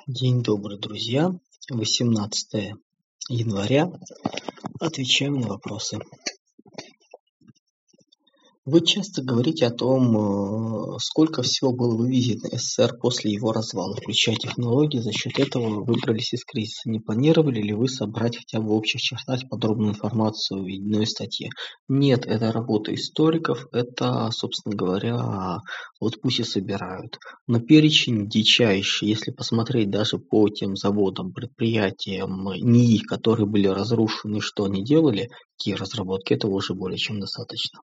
День добрый, друзья. 18 января. Отвечаем на вопросы. Вы часто говорите о том, сколько всего было вывезено СССР после его развала, включая технологии. За счет этого выбрались из кризиса. Не планировали ли вы собрать хотя бы в общих чертах подробную информацию в единой статье? Нет, это работа историков, это, собственно говоря, вот пусть и собирают. Но перечень дичайший. Если посмотреть даже по тем заводам, предприятиям НИИ, которые были разрушены, что они делали, какие разработки, этого уже более чем достаточно.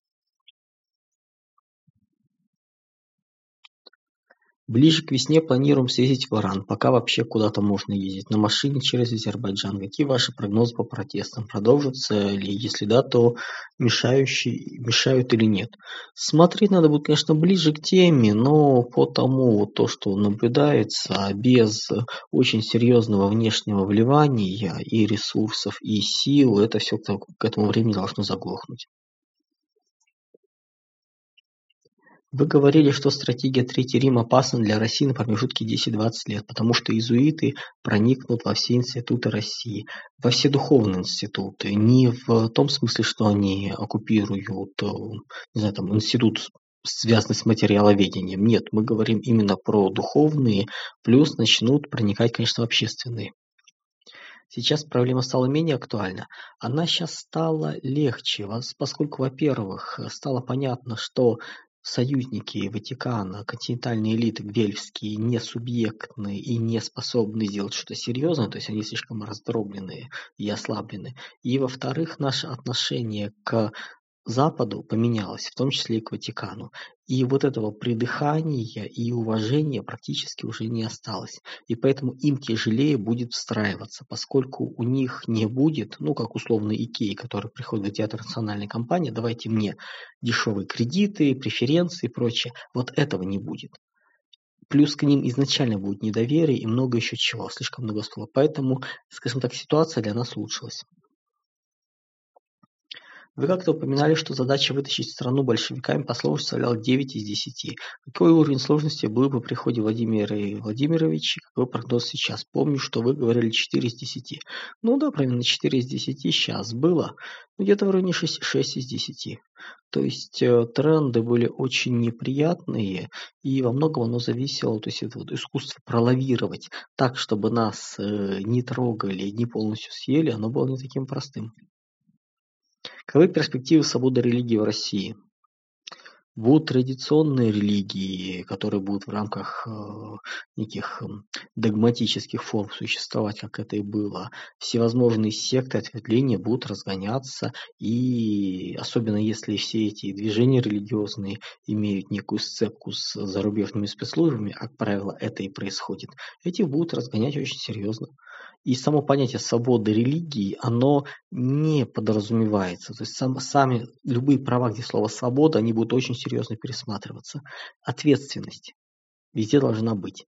Ближе к весне планируем съездить в Иран, пока вообще куда-то можно ездить, на машине через Азербайджан. Какие ваши прогнозы по протестам? Продолжатся ли? Если да, то мешают или нет? Смотреть надо будет, конечно, ближе к теме, но по тому, вот то, что наблюдается, без очень серьезного внешнего вливания и ресурсов, и сил, это все к этому времени должно заглохнуть. Вы говорили, что стратегия Третий Рим опасна для России на промежутке 10-20 лет, потому что иезуиты проникнут во все институты России, во все духовные институты. Не в том смысле, что они оккупируют, не знаю, там, институт, связанный с материаловедением. Нет, мы говорим именно про духовные, плюс начнут проникать, конечно, в общественные. Сейчас проблема стала менее актуальна. Она сейчас стала легче, поскольку, во-первых, стало понятно, что союзники Ватикана, континентальные элиты гвельфские, не субъектны и не способны сделать что-то серьезное, то есть они слишком раздробленные и ослаблены. И, во-вторых, наше отношение к Западу поменялось, в том числе и к Ватикану. И вот этого придыхания и уважения практически уже не осталось. И поэтому им тяжелее будет встраиваться, поскольку у них не будет, как условно Икеи, который приходит в театр национальной компании, давайте мне дешевые кредиты, преференции и прочее. Вот этого не будет. Плюс к ним изначально будет недоверие и много еще чего, слишком много слов. Поэтому, скажем так, ситуация для нас улучшилась. Вы как-то упоминали, что задача вытащить страну большевиками по слову составляла 9 из 10. Какой уровень сложности был при приходе Владимира Владимировича? Какой прогноз сейчас? Помню, что вы говорили 4 из 10. Ну да, примерно 4 из 10 сейчас было. Где-то в районе 6 из 10. То есть тренды были очень неприятные, и во многом оно зависело, то есть это вот искусство пролавировать так, чтобы нас не трогали, не полностью съели, оно было не таким простым. Каковы перспективы свободы религии в России? Будут традиционные религии, которые будут в рамках неких догматических форм существовать, как это и было. Всевозможные секты, ответвления будут разгоняться, и особенно если все эти движения религиозные имеют некую сцепку с зарубежными спецслужбами, как правило, это и происходит, эти будут разгонять очень серьезно. И само понятие свободы религии, оно не подразумевается. То есть сами любые права, где слово свобода, они будут очень серьезно пересматриваться. Ответственность везде должна быть.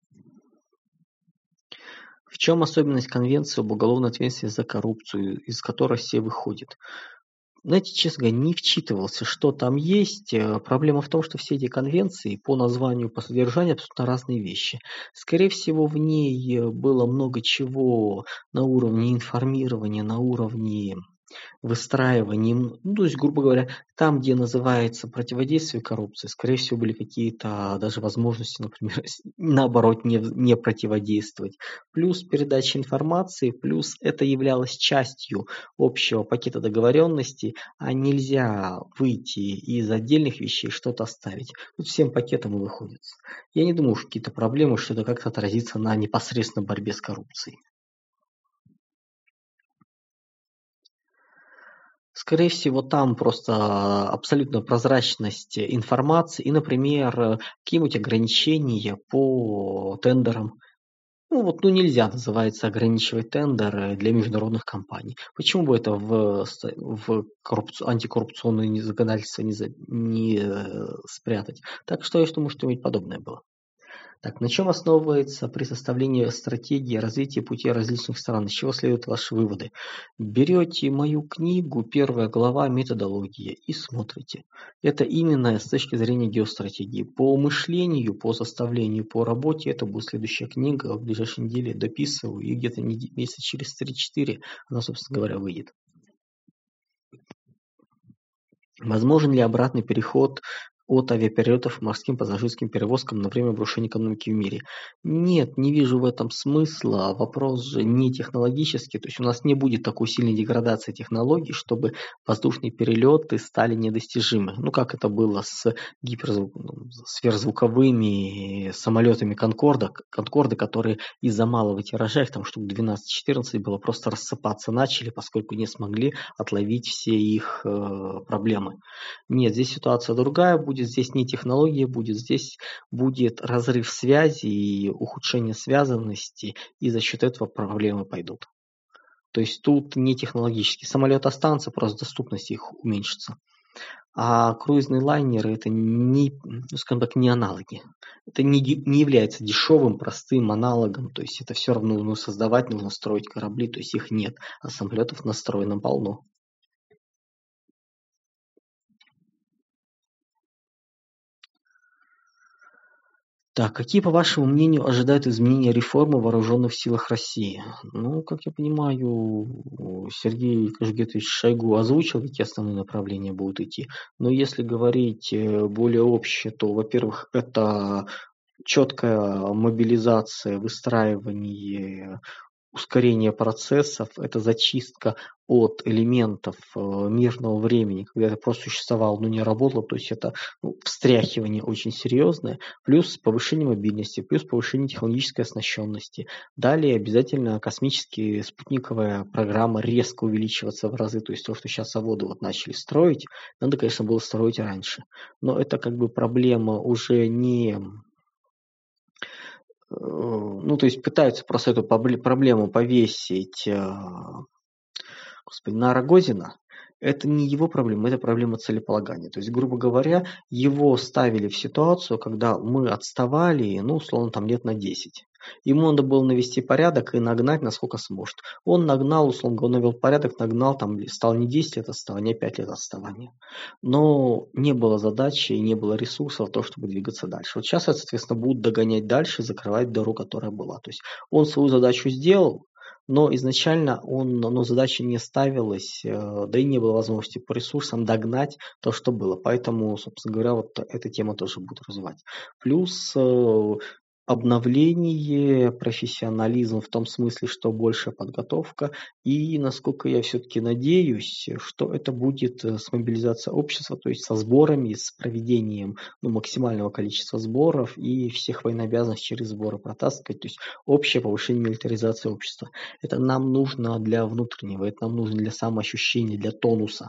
В чем особенность конвенции об уголовной ответственности за коррупцию, из которой все выходят? Знаете, честно говоря, не вчитывался, что там есть. Проблема в том, что все эти конвенции по названию, по содержанию абсолютно разные вещи. Скорее всего, в ней было много чего на уровне информирования, на уровне выстраиванием, то есть, грубо говоря, там, где называется противодействие коррупции, скорее всего, были какие-то даже возможности, например, наоборот, не противодействовать. Плюс передача информации, плюс это являлось частью общего пакета договоренностей, а нельзя выйти из отдельных вещей, что-то оставить. Тут всем пакетом и выходит. Я не думаю, что какие-то проблемы, что это как-то отразится на непосредственной борьбе с коррупцией. Скорее всего, там просто абсолютная прозрачность информации и, например, какие-нибудь ограничения по тендерам. Нельзя, называется, ограничивать тендеры для международных компаний. Почему бы это в антикоррупционное законодательство не спрятать? Так что я думаю, что-нибудь подобное было. Так, на чем основывается при составлении стратегии развития путей различных стран? Из чего следуют ваши выводы? Берете мою книгу, первая глава «Методология» и смотрите. Это именно с точки зрения геостратегии. По мышлению, по составлению, по работе это будет следующая книга. В ближайшей неделе дописываю, и где-то месяца через 3-4 она, собственно говоря, выйдет. Возможен ли обратный переход от авиаперелетов к морским пассажирским перевозкам на время обрушения экономики в мире? Нет, не вижу в этом смысла. Вопрос же не технологический. То есть у нас не будет такой сильной деградации технологий, чтобы воздушные перелеты стали недостижимы. Ну, как это было с сверхзвуковыми самолетами Конкорды, которые из-за малого тиража, их там штук 12-14 было, просто рассыпаться начали, поскольку не смогли отловить все их проблемы. Нет, здесь ситуация другая будет, здесь не технология будет, здесь будет разрыв связи и ухудшение связанности, и за счет этого проблемы пойдут. То есть тут не технологически. Самолет останется, просто доступность их уменьшится. А круизные лайнеры это не, скажем так, не аналоги. Это не является дешевым, простым аналогом. То есть это все равно нужно создавать, нужно строить корабли, то есть их нет. А самолетов настроено полно. Так, какие, по вашему мнению, ожидают изменения реформы в вооруженных силах России? Ну, как я понимаю, Сергей Кожегетович Шойгу озвучил, какие основные направления будут идти. Но если говорить более общее, то, во-первых, это четкая мобилизация, выстраивание ускорение процессов, это зачистка от элементов мирного времени, когда это просто существовало, но не работало, то есть это встряхивание очень серьезное, плюс повышение мобильности, плюс повышение технологической оснащенности. Далее обязательно космические спутниковая программа резко увеличиваться в разы, то есть то, что сейчас заводы вот начали строить, надо, конечно, было строить раньше. Но это как бы проблема уже не... Ну, то есть пытаются просто эту проблему повесить на Рогозина. Это не его проблема, это проблема целеполагания. То есть, грубо говоря, его ставили в ситуацию, когда мы отставали, ну, условно, там лет на 10. Ему надо было навести порядок и нагнать, насколько сможет. Он нагнал, условно говоря, навел порядок, нагнал, там стал не 10 лет отставания, а 5 лет отставания. Но не было задачи и не было ресурсов на то, чтобы двигаться дальше. Вот сейчас, соответственно, будут догонять дальше, закрывать дыру, которая была. То есть он свою задачу сделал, но изначально задача не ставилась, да и не было возможности по ресурсам догнать то, что было. Поэтому, собственно говоря, вот эта тема тоже будет развивать. Плюс обновление, профессионализм в том смысле, что большая подготовка. И, насколько я все-таки надеюсь, что это будет с мобилизацией общества, то есть со сборами, с проведением максимального количества сборов и всех военнообязанных через сборы протаскивать, то есть общее повышение милитаризации общества. Это нам нужно для внутреннего, это нам нужно для самоощущения, для тонуса.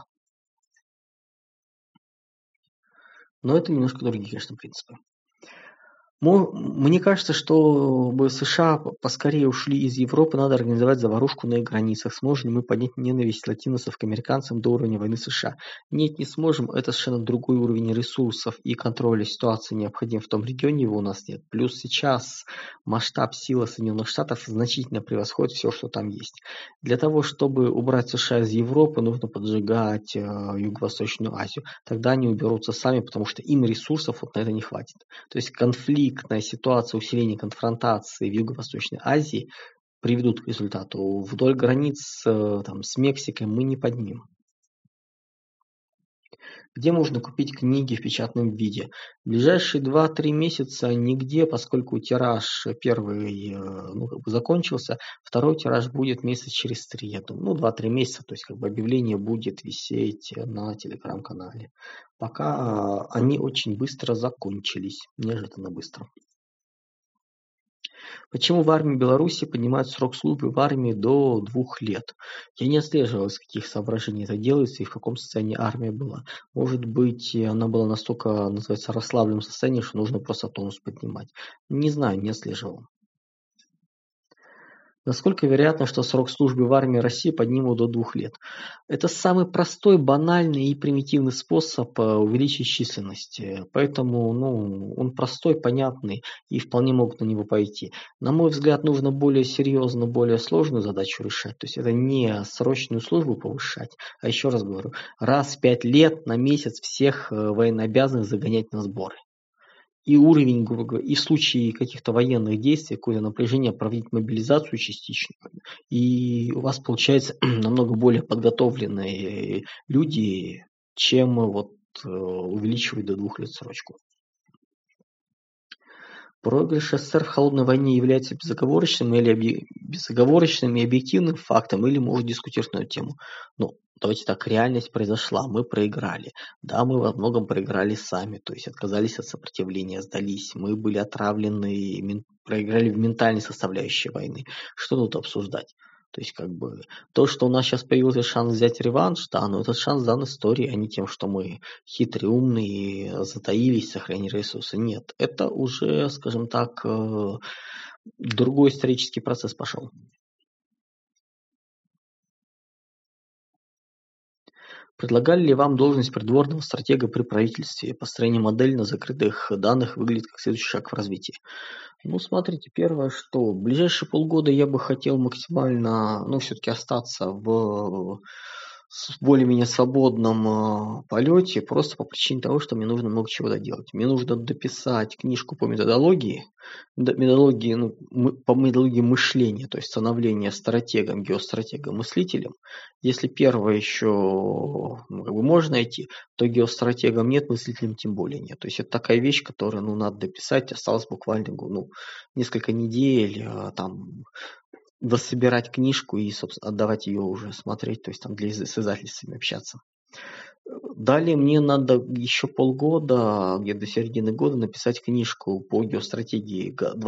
Но это немножко другие, конечно, принципы. Мне кажется, чтобы США поскорее ушли из Европы, надо организовать заварушку на их границах. Сможем ли мы поднять ненависть латиносов к американцам до уровня войны США? Нет, не сможем. Это совершенно другой уровень ресурсов и контроля ситуации необходим в том регионе, его у нас нет. Плюс сейчас масштаб силы Соединенных Штатов значительно превосходит все, что там есть. Для того, чтобы убрать США из Европы, нужно поджигать Юго-Восточную Азию. Тогда они уберутся сами, потому что им ресурсов вот на это не хватит. То есть конфликтная ситуация усиления конфронтации в Юго-Восточной Азии приведут к результату. Вдоль границ с Мексикой мы не поднимем. Где можно купить книги в печатном виде? В ближайшие 2-3 месяца нигде, поскольку тираж первый закончился, второй тираж будет месяц через 3, я думаю, 2-3 месяца, то есть объявление будет висеть на телеграм-канале. Пока они очень быстро закончились, неожиданно быстро. Почему в армии Беларуси поднимают срок службы в армии до 2 лет? Я не отслеживал, из каких соображений это делается и в каком состоянии армия была. Может быть, она была настолько, называется, расслабленном состоянии, что нужно просто тонус поднимать. Не знаю, не отслеживал. Насколько вероятно, что срок службы в армии России поднимут до 2 лет? Это самый простой, банальный и примитивный способ увеличить численность. Поэтому он простой, понятный и вполне могут на него пойти. На мой взгляд, нужно более серьезно, более сложную задачу решать. То есть это не срочную службу повышать, а еще раз говорю, раз в 5 лет на месяц всех военнообязанных загонять на сборы. И уровень, грубо говоря, и в случае каких-то военных действий, какое-то напряжение, проводить мобилизацию частичную. И у вас получается намного более подготовленные люди, чем увеличивать до 2 лет срочку. Проигрыш СССР в холодной войне является безоговорочным и объективным фактом, или может дискутировать на эту тему. Давайте так, реальность произошла, мы проиграли. Да, мы во многом проиграли сами, то есть отказались от сопротивления, сдались. Мы были отравлены, проиграли в ментальной составляющей войны. Что тут обсуждать? То есть, то, что у нас сейчас появился шанс взять реванш, да, но этот шанс дан историей, а не тем, что мы хитрые, умные, затаились, сохранили ресурсы. Нет, это уже, скажем так, другой исторический процесс пошел. Предлагали ли вам должность придворного стратега при правительстве? Построение модели на закрытых данных выглядит как следующий шаг в развитии. Смотрите, первое, что в ближайшие полгода я бы хотел максимально, все-таки остаться в более-менее свободном полете, просто по причине того, что мне нужно много чего доделать. Мне нужно дописать книжку по методологии, по методологии мышления, то есть становления стратегом, геостратегом, мыслителем. Если первое еще можно найти, то геостратегом нет, мыслителем тем более нет. То есть это такая вещь, которую надо дописать, осталось буквально несколько недель, дособирать книжку и, собственно, отдавать ее уже смотреть, то есть с издательствами общаться. Далее мне надо еще полгода, где-то до середины года, написать книжку по геостратегии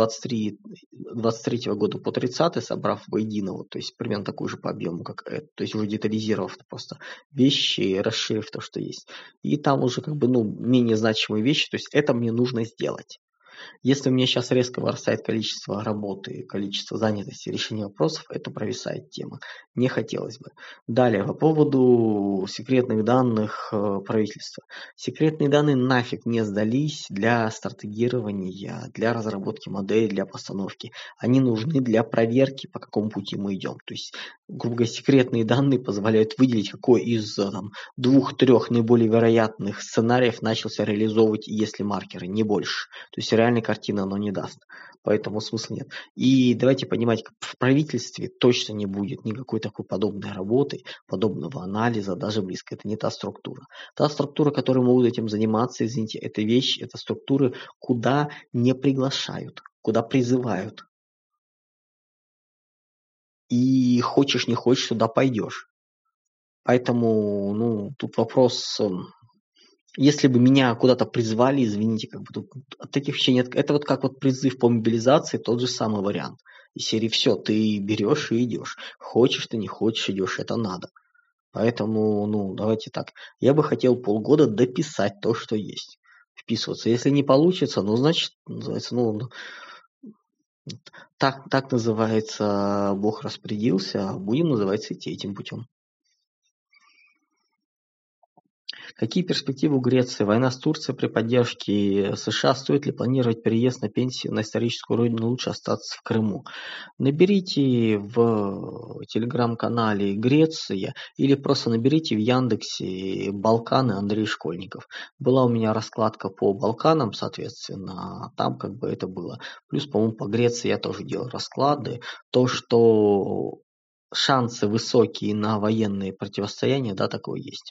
23 года по 30, собрав воедино, то есть примерно такую же по объему, как это, то есть уже детализировав просто вещи, расширив то, что есть. И там уже менее значимые вещи, то есть это мне нужно сделать. Если у меня сейчас резко вырастает количество работы, количество занятости, решения вопросов, это провисает тема. Не хотелось бы. Далее, по поводу секретных данных правительства. Секретные данные нафиг не сдались для стратегирования, для разработки модели, для постановки. Они нужны для проверки, по какому пути мы идем. То есть, грубо говоря, секретные данные позволяют выделить, какой из 2-3 наиболее вероятных сценариев начался реализовывать, если маркеры, не больше. То есть реальной картины оно не даст. Поэтому смысла нет. И давайте понимать, в правительстве точно не будет никакой такой подобной работы, подобного анализа, даже близко. Это не та структура. Та структура, которая могут этим заниматься, извините, это структуры, куда не приглашают, куда призывают. И хочешь, не хочешь, туда пойдешь. Поэтому, тут вопрос, если бы меня куда-то призвали, извините, тут от таких вещей нет. Это как призыв по мобилизации, тот же самый вариант. Из серии все, ты берешь и идешь. Хочешь ты, не хочешь, идешь, это надо. Поэтому, давайте так. Я бы хотел полгода дописать то, что есть. Вписываться. Если не получится, значит, называется, так называется, Бог распорядился, будем, называется, идти этим путем. Какие перспективы у Греции? Война с Турцией при поддержке США. Стоит ли планировать переезд на пенсию на историческую родину? Лучше остаться в Крыму. Наберите в телеграм-канале Греция или просто наберите в Яндексе Балканы Андрей Школьников. Была у меня раскладка по Балканам, соответственно, там это было. Плюс, по-моему, по Греции я тоже делал расклады. То, что шансы высокие на военные противостояния, да, такое есть.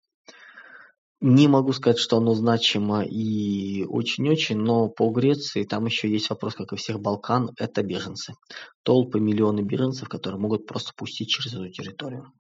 Не могу сказать, что оно значимо и очень-очень, но по Греции там еще есть вопрос, как и всех Балкан, это беженцы. Толпы, миллионы беженцев, которые могут просто пустить через эту территорию.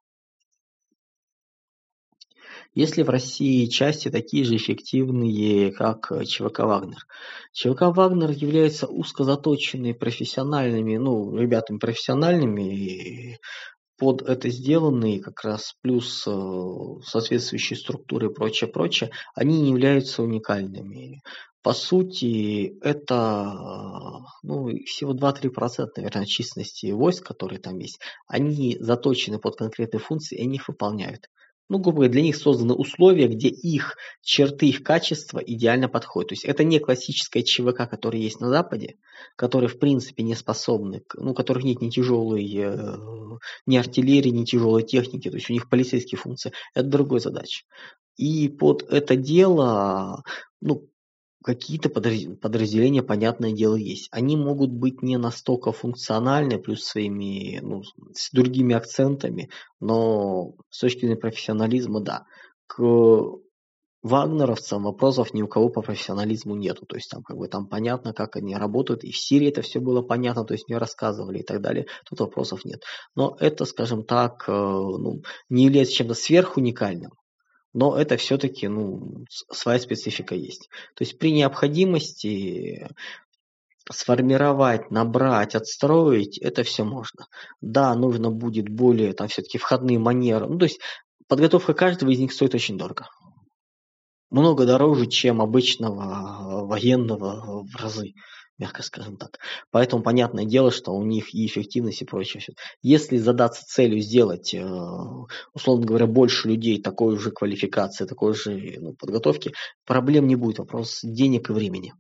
Есть ли в России части такие же эффективные, как ЧВК «Вагнер»? ЧВК «Вагнер» является узко заточенными профессиональными, ребятами профессиональными, под это сделанные как раз плюс соответствующие структуры и прочее, они не являются уникальными. По сути, это всего 2-3%, наверное, численности войск, которые там есть. Они заточены под конкретные функции, и они их выполняют. Грубо говоря, для них созданы условия, где их черты, их качества идеально подходят. То есть это не классическая ЧВК, которая есть на Западе, которые в принципе не способны, у которых нет ни тяжелой, ни артиллерии, ни тяжелой техники, то есть у них полицейские функции. Это другая задача. И под это дело, какие-то подразделения, понятное дело, есть. Они могут быть не настолько функциональны, плюс своими, с другими акцентами, но с точки зрения профессионализма, да. К вагнеровцам вопросов ни у кого по профессионализму нету. То есть там понятно, как они работают. И в Сирии это все было понятно, то есть мне рассказывали и так далее. Тут вопросов нет. Но это, скажем так, не является чем-то сверхуникальным. Но это все-таки, своя специфика есть. То есть при необходимости сформировать, набрать, отстроить, это все можно. Да, нужно будет более, там все-таки входные манеры. То есть подготовка каждого из них стоит очень дорого. Много дороже, чем обычного военного в разы, мягко скажем так. Поэтому понятное дело, что у них и эффективность и прочее. Если задаться целью сделать, условно говоря, больше людей такой же квалификации, такой же подготовки, проблем не будет. Вопрос денег и времени.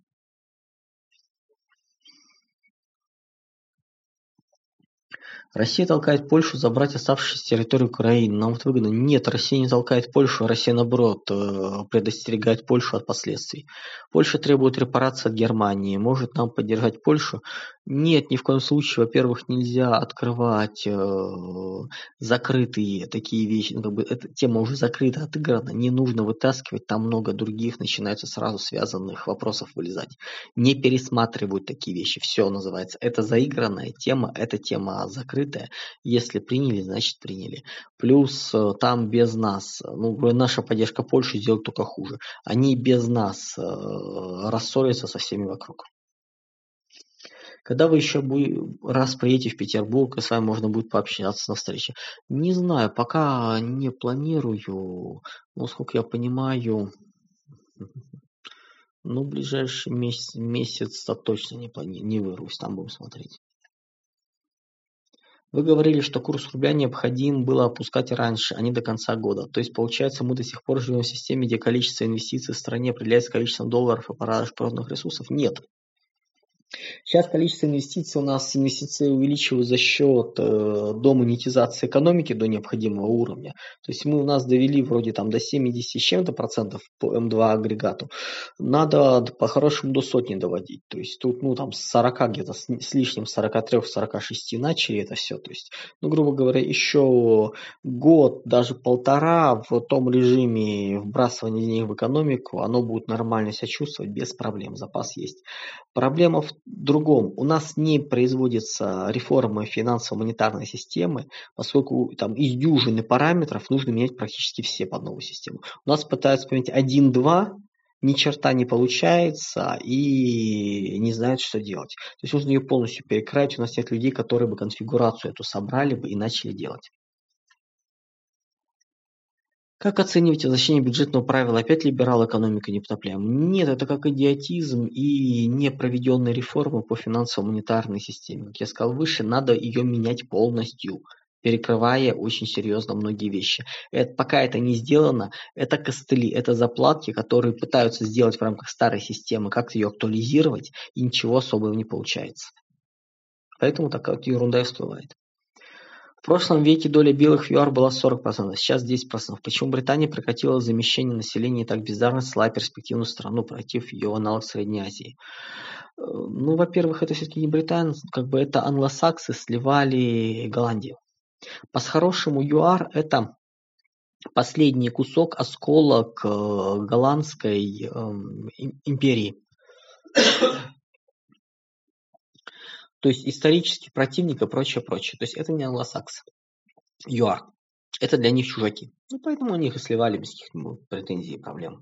Россия толкает Польшу забрать оставшиеся территории Украины. Нам это выгодно. Нет, Россия не толкает Польшу, а Россия, наоборот, предостерегает Польшу от последствий. Польша требует репарации от Германии. Может нам поддержать Польшу? Нет, ни в коем случае. Во-первых, нельзя открывать закрытые такие вещи. Эта тема уже закрыта, отыграна. Не нужно вытаскивать. Там много других начинается сразу связанных вопросов вылезать. Не пересматривают такие вещи. Все называется. Это заигранная тема, эта тема закрытая. Если приняли, значит приняли. Плюс там без нас, наша поддержка Польши сделает только хуже. Они без нас рассорятся со всеми вокруг. Когда вы еще раз приедете в Петербург, и с вами можно будет пообщаться на встрече? Не знаю, пока не планирую. Насколько я понимаю, ближайший месяц точно не вырвусь, там будем смотреть. Вы говорили, что курс рубля необходимо было опускать раньше, а не до конца года. То есть, получается, мы до сих пор живем в системе, где количество инвестиций в стране определяется количеством долларов и продаж природных ресурсов? Нет. Сейчас количество инвестиций у нас увеличивают за счет домонетизации экономики до необходимого уровня. То есть мы у нас довели вроде там до 70 с чем-то процентов по М2 агрегату. Надо по-хорошему до сотни доводить. То есть тут там с 40 где-то с лишним 43-46 начали это все. То есть, грубо говоря, еще год, даже полтора в том режиме вбрасывания денег в экономику, оно будет нормально себя чувствовать без проблем. Запас есть. Проблема в другом. У нас не производится реформа финансово-монетарной системы, поскольку там из дюжины параметров нужно менять практически все под новую систему. У нас пытаются поменять 1-2, ни черта не получается и не знают, что делать. То есть нужно ее полностью перекраить. У нас нет людей, которые бы конфигурацию эту собрали бы и начали делать. Как оцениваете возвращение бюджетного правила? Опять либерал экономика не потопляем? Нет, это как идиотизм и непроведенные реформы по финансово-монетарной системе. Как я сказал выше, надо ее менять полностью, перекрывая очень серьезно многие вещи. Пока это не сделано, это костыли, это заплатки, которые пытаются сделать в рамках старой системы, как-то ее актуализировать, и ничего особого не получается. Поэтому такая ерунда и всплывает. В прошлом веке доля белых в ЮАР была 40%, сейчас 10%. Почему Британия прекратила замещение населения и так бездарно слала перспективную страну, против ее аналог Средней Азии? Во-первых, это все-таки не британцы, это англосаксы сливали Голландию. По-хорошему, ЮАР это последний кусок, осколок голландской империи. То есть исторический противник и прочее. То есть это не англосаксы. ЮАР. Это для них чужаки. Поэтому они их и сливали без каких-нибудь претензий и проблем.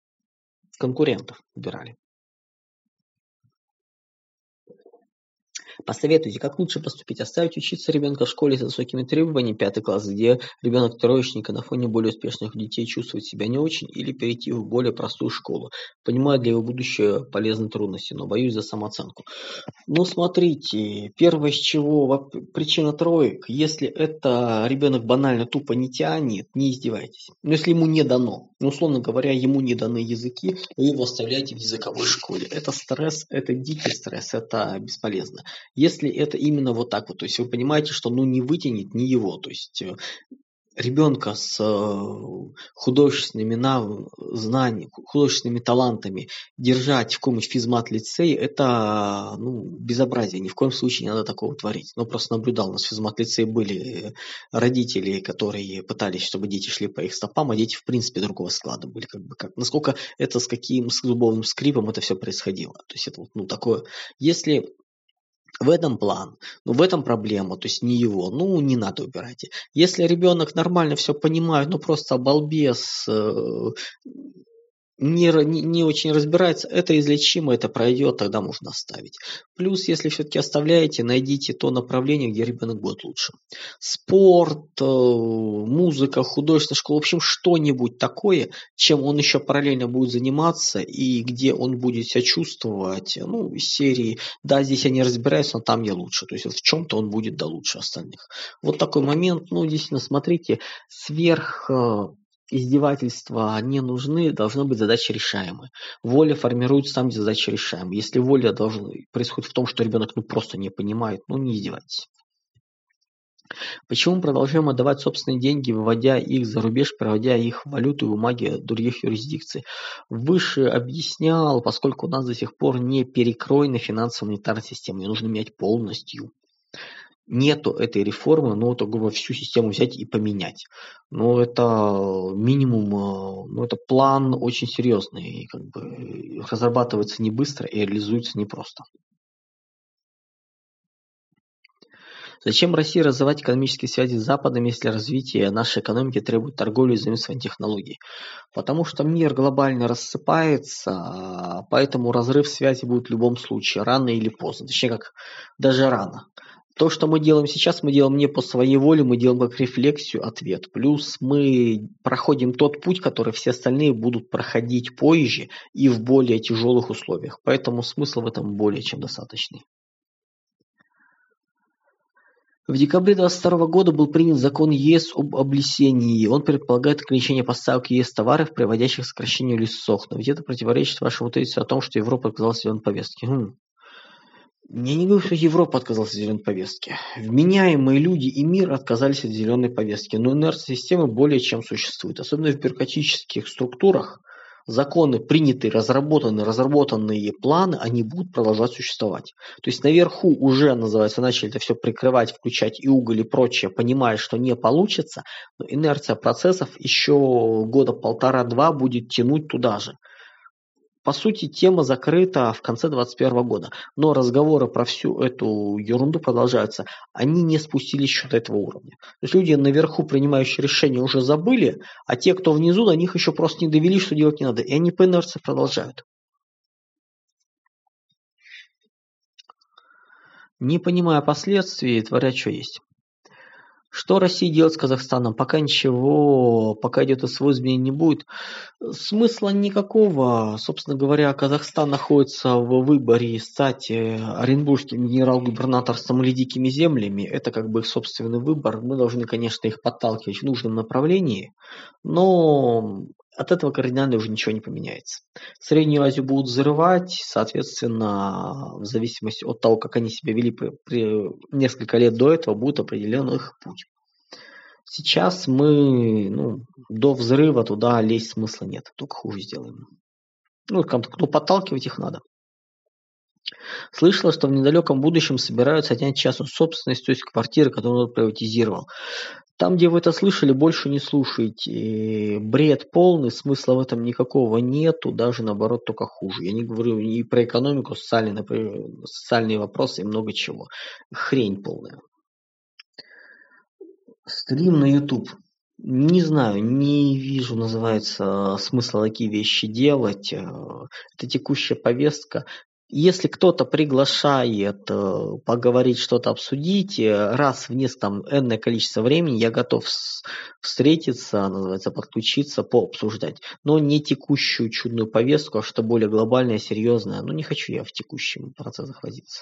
Конкурентов убирали. Посоветуйте, как лучше поступить. Оставить учиться ребенка в школе с высокими требованиями, 5 класс, где ребенок троечника на фоне более успешных детей чувствует себя не очень, или перейти в более простую школу. Понимаю, для его будущего полезны трудности, но боюсь за самооценку. Ну, смотрите, первое, с чего причина троек, если это ребенок банально тупо не тянет, не издевайтесь. Но если ему не дано, ну, условно говоря, ему не даны языки, вы его оставляете в языковой школе. Это стресс, это дикий стресс, это бесполезно. Если это именно вот так вот, то есть вы понимаете, что ну не вытянет не его, то есть ребенка с художественными знаниями, художественными талантами держать в каком-нибудь физмат-лицее, это ну, безобразие. Ни в коем случае не надо такого творить. Но просто наблюдал, у нас в физмат-лицее были родители, которые пытались, чтобы дети шли по их стопам, а дети в принципе другого склада были. Насколько это с каким зубовым скрипом это все происходило. То есть это ну, такое. Если в этом план, ну в этом проблема, то есть не его, ну не надо убирайте. Если ребенок нормально все понимает, ну просто балбес, не очень разбирается, это излечимо, это пройдет, тогда можно оставить. Плюс, если все-таки оставляете, найдите то направление, где ребенок будет лучше. Спорт, музыка, художественная школа, в общем, что-нибудь такое, чем он еще параллельно будет заниматься и где он будет себя чувствовать, ну, из серии, да, здесь я не разбираюсь, но там я лучше. То есть в чем-то он будет, да, лучше остальных. Вот такой момент, ну, действительно, смотрите, сверх издевательства не нужны, должны быть задачи решаемые. Воля формируется там, где задачи решаемые. Если воля происходит в том, что ребенок ну, просто не понимает, ну не издевайтесь. Почему мы продолжаем отдавать собственные деньги, выводя их за рубеж, проводя их в валюту и бумаги других юрисдикций? Выше объяснял, поскольку у нас до сих пор не перекроена финансово-монетарная система, ее нужно менять полностью. Нету этой реформы, ну, то, грубо, всю систему взять и поменять. Но это минимум, ну, это план очень серьезный, как бы разрабатывается не быстро и реализуется непросто. Зачем России развивать экономические связи с Западом, если развитие нашей экономики требует торговли и заимствования технологий? Потому что мир глобально рассыпается, поэтому разрыв связи будет в любом случае, рано или поздно. Точнее, как даже рано. То, что мы делаем сейчас, мы делаем не по своей воле, мы делаем как рефлексию, ответ. Плюс мы проходим тот путь, который все остальные будут проходить позже и в более тяжелых условиях. Поэтому смысл в этом более чем достаточный. В декабре 2022 года был принят закон ЕС об облесении. Он предполагает ограничение поставок ЕС товаров, приводящих к сокращению лесов. Но ведь это противоречит вашему тезису о том, что Европа отказалась от зеленой повестки. Я не говорю, что Европа отказалась от зеленой повестки. Вменяемые люди и мир отказались от зеленой повестки. Но инерция системы более чем существует. Особенно в бюрократических структурах законы приняты, разработанные планы, они будут продолжать существовать. То есть наверху уже, называется, начали это все прикрывать, включать и уголь и прочее, понимая, что не получится, но инерция процессов еще года полтора-два будет тянуть туда же. По сути, тема закрыта в конце 2021 года, но разговоры про всю эту ерунду продолжаются. Они не спустились еще до этого уровня. То есть люди наверху, принимающие решения, уже забыли, а те, кто внизу, до них еще просто не довели, что делать не надо. И они по инерции продолжают. Не понимая последствий, творят, что есть. Что Россия делает с Казахстаном? Пока ничего, пока идет СВО, изменений не будет. Смысла никакого. Собственно говоря, Казахстан находится в выборе стать оренбургским генерал-губернаторством или дикими землями. Это как бы их собственный выбор. Мы должны, конечно, их подталкивать в нужном направлении, но от этого кардинально уже ничего не поменяется. Среднюю Азию будут взрывать, соответственно, в зависимости от того, как они себя вели при несколько лет до этого, будет определен их путь. Сейчас мы, до взрыва туда лезть смысла нет, только хуже сделаем. Подталкивать их надо. Слышала, что в недалеком будущем собираются отнять частную собственность, то есть квартиры, которые он приватизировал. Там, где вы это слышали, больше не слушайте. Бред полный, смысла в этом никакого нету, даже наоборот только хуже. Я не говорю и про экономику, социальные вопросы и много чего. Хрень полная. Стрим на YouTube. Не знаю, не вижу, называется, смысла такие вещи делать. Это текущая повестка. Если кто-то приглашает поговорить, что-то обсудить, раз в несколько энное количество времени я готов встретиться, называется, подключиться, пообсуждать. Но не текущую чудную повестку, а что более глобальное, серьезное. Ну, не хочу я в текущем процессах возиться.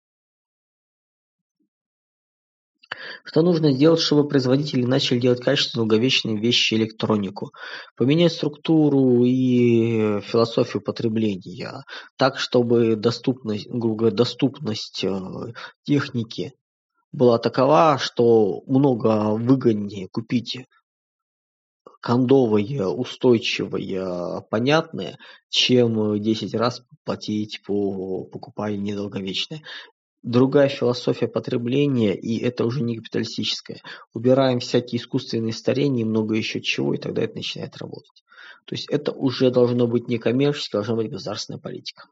Что нужно сделать, чтобы производители начали делать качественные, долговечные вещи, электронику? Поменять структуру и философию потребления так, чтобы доступность, грубо говоря, доступность техники была такова, что много выгоднее купить кондовое, устойчивое, понятное, чем 10 раз платить покупая недолговечное. Другая философия потребления, и это уже не капиталистическая. Убираем всякие искусственные старения и много еще чего, и тогда это начинает работать. То есть это уже должно быть не коммерческая, должна быть государственная политика.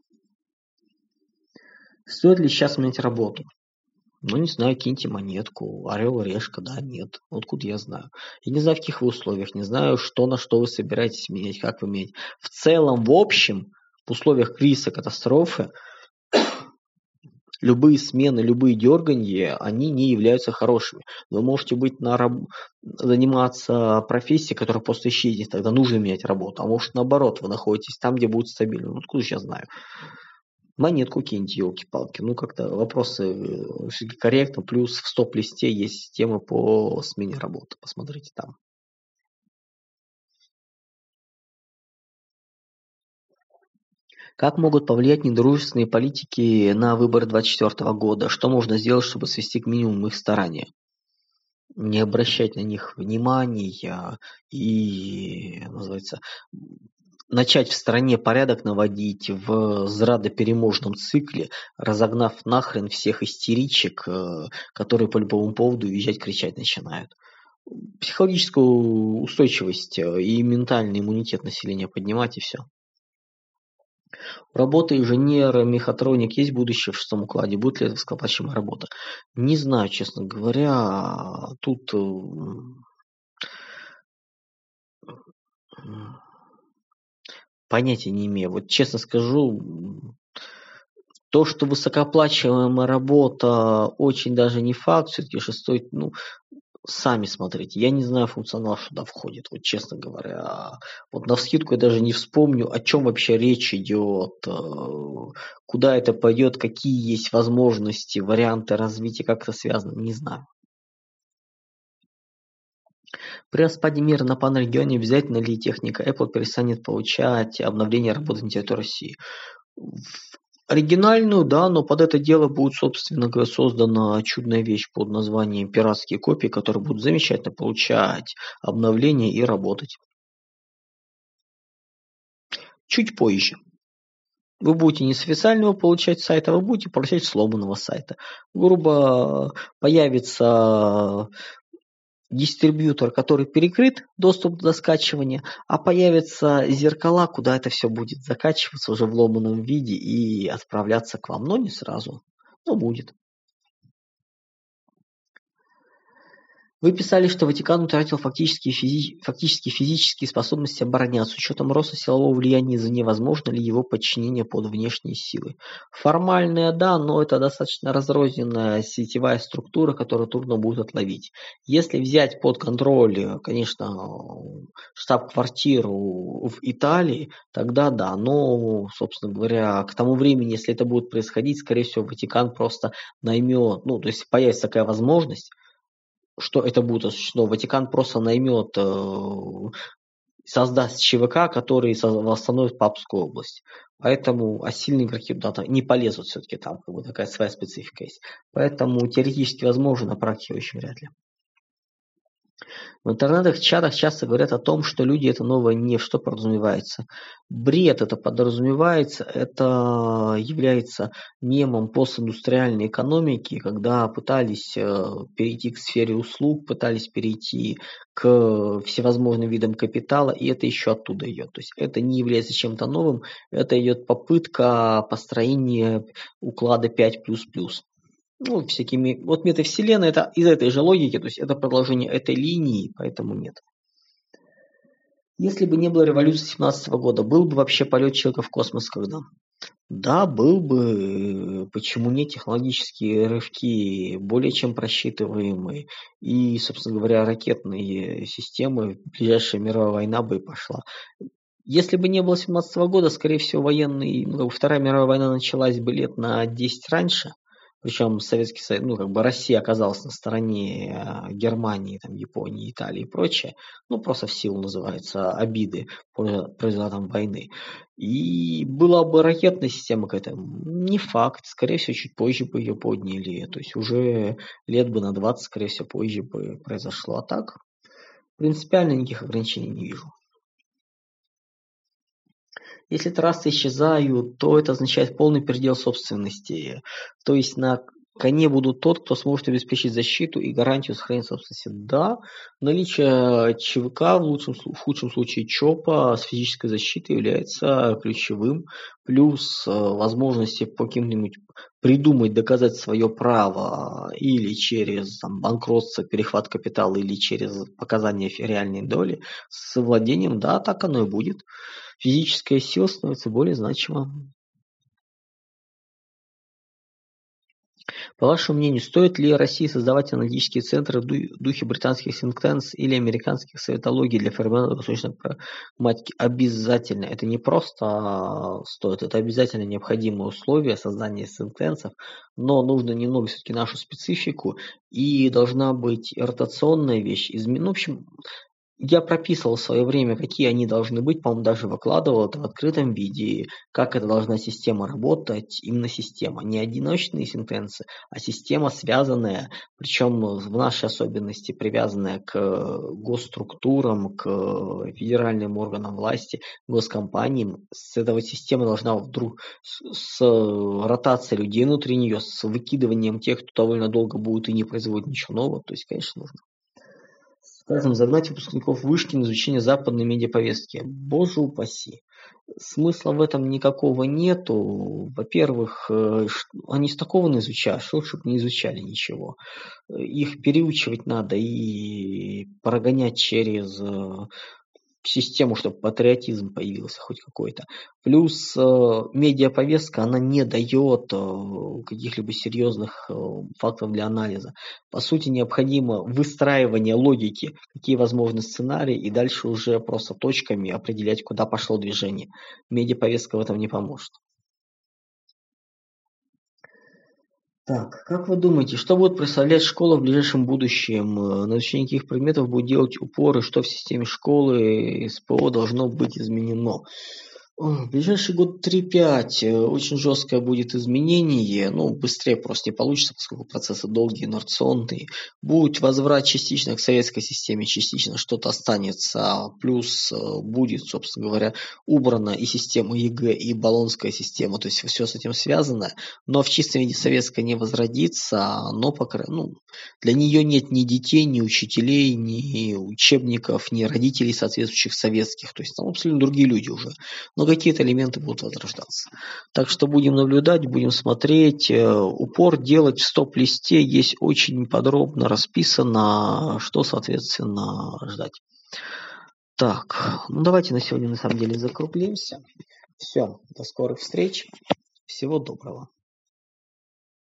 Стоит ли сейчас менять работу? Ну, не знаю, киньте монетку, орел, решка, да, нет. Откуда я знаю? Я не знаю, в каких вы условиях, не знаю, что на что вы собираетесь менять, как вы менять. В целом, в общем, в условиях кризиса, катастрофы, любые смены, любые дерганья, они не являются хорошими. Вы можете быть заниматься профессией, которая просто исчезнет, тогда нужно менять работу. А может наоборот, вы находитесь там, где будет стабильно. Ну, откуда я знаю? Монетку киньте, елки-палки. Ну, как-то вопросы все-таки корректно. Плюс в стоп-листе есть темы по смене работы. Посмотрите там. Как могут повлиять недружественные политики на выборы 2024 года? Что можно сделать, чтобы свести к минимуму их старания? Не обращать на них внимания и, называется, начать в стране порядок наводить в зрадопереможном цикле, разогнав нахрен всех истеричек, которые по любому поводу визжать, кричать начинают. Психологическую устойчивость и ментальный иммунитет населения поднимать, и все. У работы инженера, мехатроник есть будущее в шестом укладе? Будет ли это высокооплачиваемая работа? Не знаю, честно говоря. Тут понятия не имею. Вот честно скажу, то, что высокооплачиваемая работа, очень даже не факт. Все-таки шестой, ну, сами смотрите. Я не знаю функционал, что туда входит, вот честно говоря. Вот навскидку я даже не вспомню, о чем вообще речь идет, куда это пойдет, какие есть возможности, варианты развития, как это связано, не знаю. При распаде мира на панрегионе обязательно ли техника Apple перестанет получать обновление работы на территории России? Оригинальную, да, но под это дело будет, собственно говоря, создана чудная вещь под названием пиратские копии, которые будут замечательно получать обновления и работать. Чуть позже. Вы будете не с официального получать сайта, вы будете получать сломанного сайта. Грубо появится дистрибьютор, который перекрыт доступ до скачивания, а появятся зеркала, куда это все будет закачиваться уже в ломаном виде и отправляться к вам. Но не сразу, но будет. Вы писали, что Ватикан утратил фактически физические способности обороняться. С учетом роста силового влияния извне, возможно ли его подчинение под внешние силы? Формальное, да, но это достаточно разрозненная сетевая структура, которую трудно будет отловить. Если взять под контроль, конечно, штаб-квартиру в Италии, тогда да, но, собственно говоря, к тому времени, если это будет происходить, скорее всего, Ватикан просто наймет, ну, то есть появится такая возможность, что это будет осуществлено. Ватикан просто наймет, создаст ЧВК, который восстановит Папскую область. Поэтому сильные игроки туда не полезут все-таки, там как бы такая своя специфика есть. Поэтому теоретически возможно, на практике очень вряд ли. В интернет-чатах часто говорят о том, что люди – это новая нефть, что подразумевается. Бред это подразумевается, это является мемом постиндустриальной экономики, когда пытались перейти к сфере услуг, пытались перейти к всевозможным видам капитала, и это еще оттуда идет. То есть это не является чем-то новым, это идет попытка построения уклада 5++. Ну, всякими. Вот метавселенная это из этой же логики, то есть это продолжение этой линии, поэтому нет. Если бы не было революции 17 года, был бы вообще полет человека в космос когда? Да, был бы, почему нет, технологические рывки более чем просчитываемые. И, собственно говоря, ракетные системы, ближайшая мировая война бы и пошла. Если бы не было 17 года, скорее всего, Вторая мировая война началась бы лет на 10 раньше. Причем Советский Союз, Россия оказалась на стороне Германии, там, Японии, Италии и прочее. Ну, просто в силу, называется, обиды по результатам войны. И была бы ракетная система какая-то, не факт. Скорее всего, чуть позже бы ее подняли. То есть уже лет бы на 20, скорее всего, позже бы произошло. А так, принципиально никаких ограничений не вижу. Если трассы исчезают, то это означает полный передел собственности. То есть на коне будут тот, кто сможет обеспечить защиту и гарантию сохранения собственности. Да, наличие ЧВК, в худшем случае ЧОПа с физической защитой является ключевым. Плюс возможности по каким-нибудь придумать, доказать свое право или через банкротство, перехват капитала, или через показания реальной доли с владением, да, так оно и будет. Физическая сила становится более значима. По вашему мнению, стоит ли России создавать аналитические центры в духе британских think tanks или американских советологий для формирования восточной прагматики? Обязательно. Это не просто стоит, это обязательно необходимое условие создания think tanks, но нужно немного все-таки нашу специфику, и должна быть ротационная вещь. В общем, я прописывал в свое время, какие они должны быть, по-моему, даже выкладывал это в открытом виде, как эта должна система работать, именно система, не одиночные сентенции, а система связанная, причем в нашей особенности привязанная к госструктурам, к федеральным органам власти, госкомпаниям. С этой системы должна вдруг с ротацией людей внутри нее, с выкидыванием тех, кто довольно долго будет и не производит ничего нового, то есть, конечно, нужно. Скажем, загнать выпускников вышки на изучение западной медиаповестки. Боже упаси. Смысла в этом никакого нету. Во-первых, они стакованно изучают, что лучше бы не изучали ничего. Их переучивать надо и прогонять через систему, чтобы патриотизм появился хоть какой-то. Плюс медиаповестка, она не дает каких-либо серьезных фактов для анализа. По сути, необходимо выстраивание логики, какие возможны сценарии, и дальше уже просто точками определять, куда пошло движение. Медиаповестка в этом не поможет. Так, как вы думаете, что будет представлять школа в ближайшем будущем? На изучение каких предметов будет делать упор, и что в системе школы СПО должно быть изменено? В ближайший год 3-5 очень жесткое будет изменение, быстрее просто не получится, поскольку процессы долгие, инерционные. Будет возврат частично к советской системе, частично что-то останется, плюс будет, собственно говоря, убрана и система ЕГЭ, и баллонская система, то есть все с этим связано, но в чистом виде советская не возродится, но для нее нет ни детей, ни учителей, ни учебников, ни родителей соответствующих советских, то есть там абсолютно другие люди уже. Но какие-то элементы будут возрождаться. Так что будем наблюдать, будем смотреть. Упор делать в стоп-листе есть очень подробно расписано, что, соответственно, ждать. Так, давайте на сегодня на самом деле закруглимся. Все, до скорых встреч. Всего доброго.